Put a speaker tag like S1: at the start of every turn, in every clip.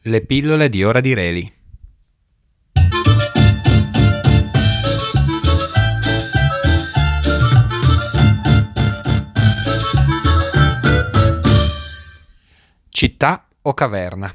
S1: Le pillole di Ora di Reli. Città o caverna?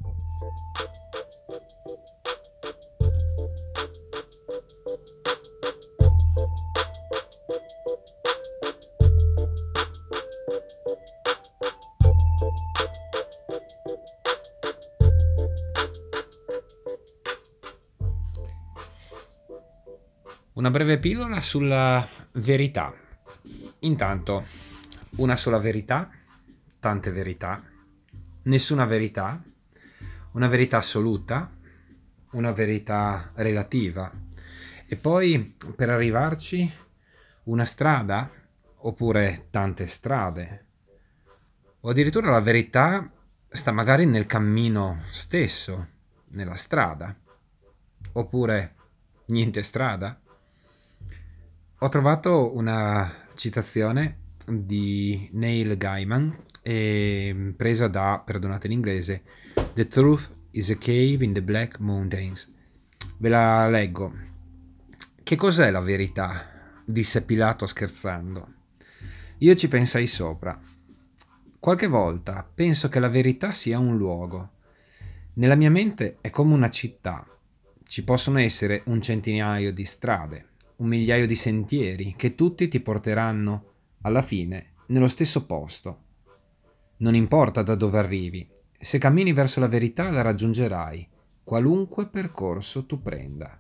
S1: Una breve pillola sulla verità. Intanto, una sola verità, tante verità, nessuna verità, una verità assoluta, una verità relativa. E poi, per arrivarci, una strada, oppure tante strade. O addirittura la verità sta magari nel cammino stesso, nella strada. Oppure niente strada. Ho trovato una citazione di Neil Gaiman presa da, perdonate l'inglese, The Truth is a Cave in the Black Mountains. Ve la leggo. Che cos'è la verità? Disse Pilato scherzando. Io ci pensai sopra. Qualche volta penso che la verità sia un luogo. Nella mia mente è come una città. Ci possono essere un centinaio di strade, un migliaio di sentieri che tutti ti porteranno alla fine nello stesso posto. Non importa da dove arrivi, se cammini verso la verità la raggiungerai, qualunque percorso tu prenda.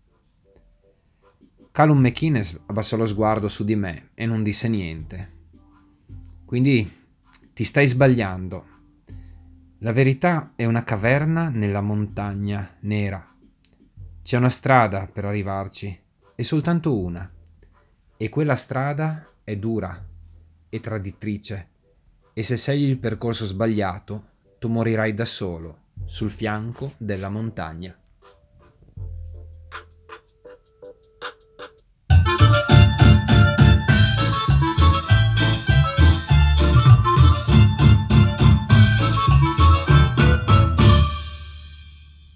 S1: Callum McInnes abbassò lo sguardo su di me e non disse niente. Quindi ti stai sbagliando. La verità è una caverna nella montagna nera. C'è una strada per arrivarci, e soltanto una. E quella strada è dura e traditrice. E se scegli il percorso sbagliato, tu morirai da solo, sul fianco della montagna.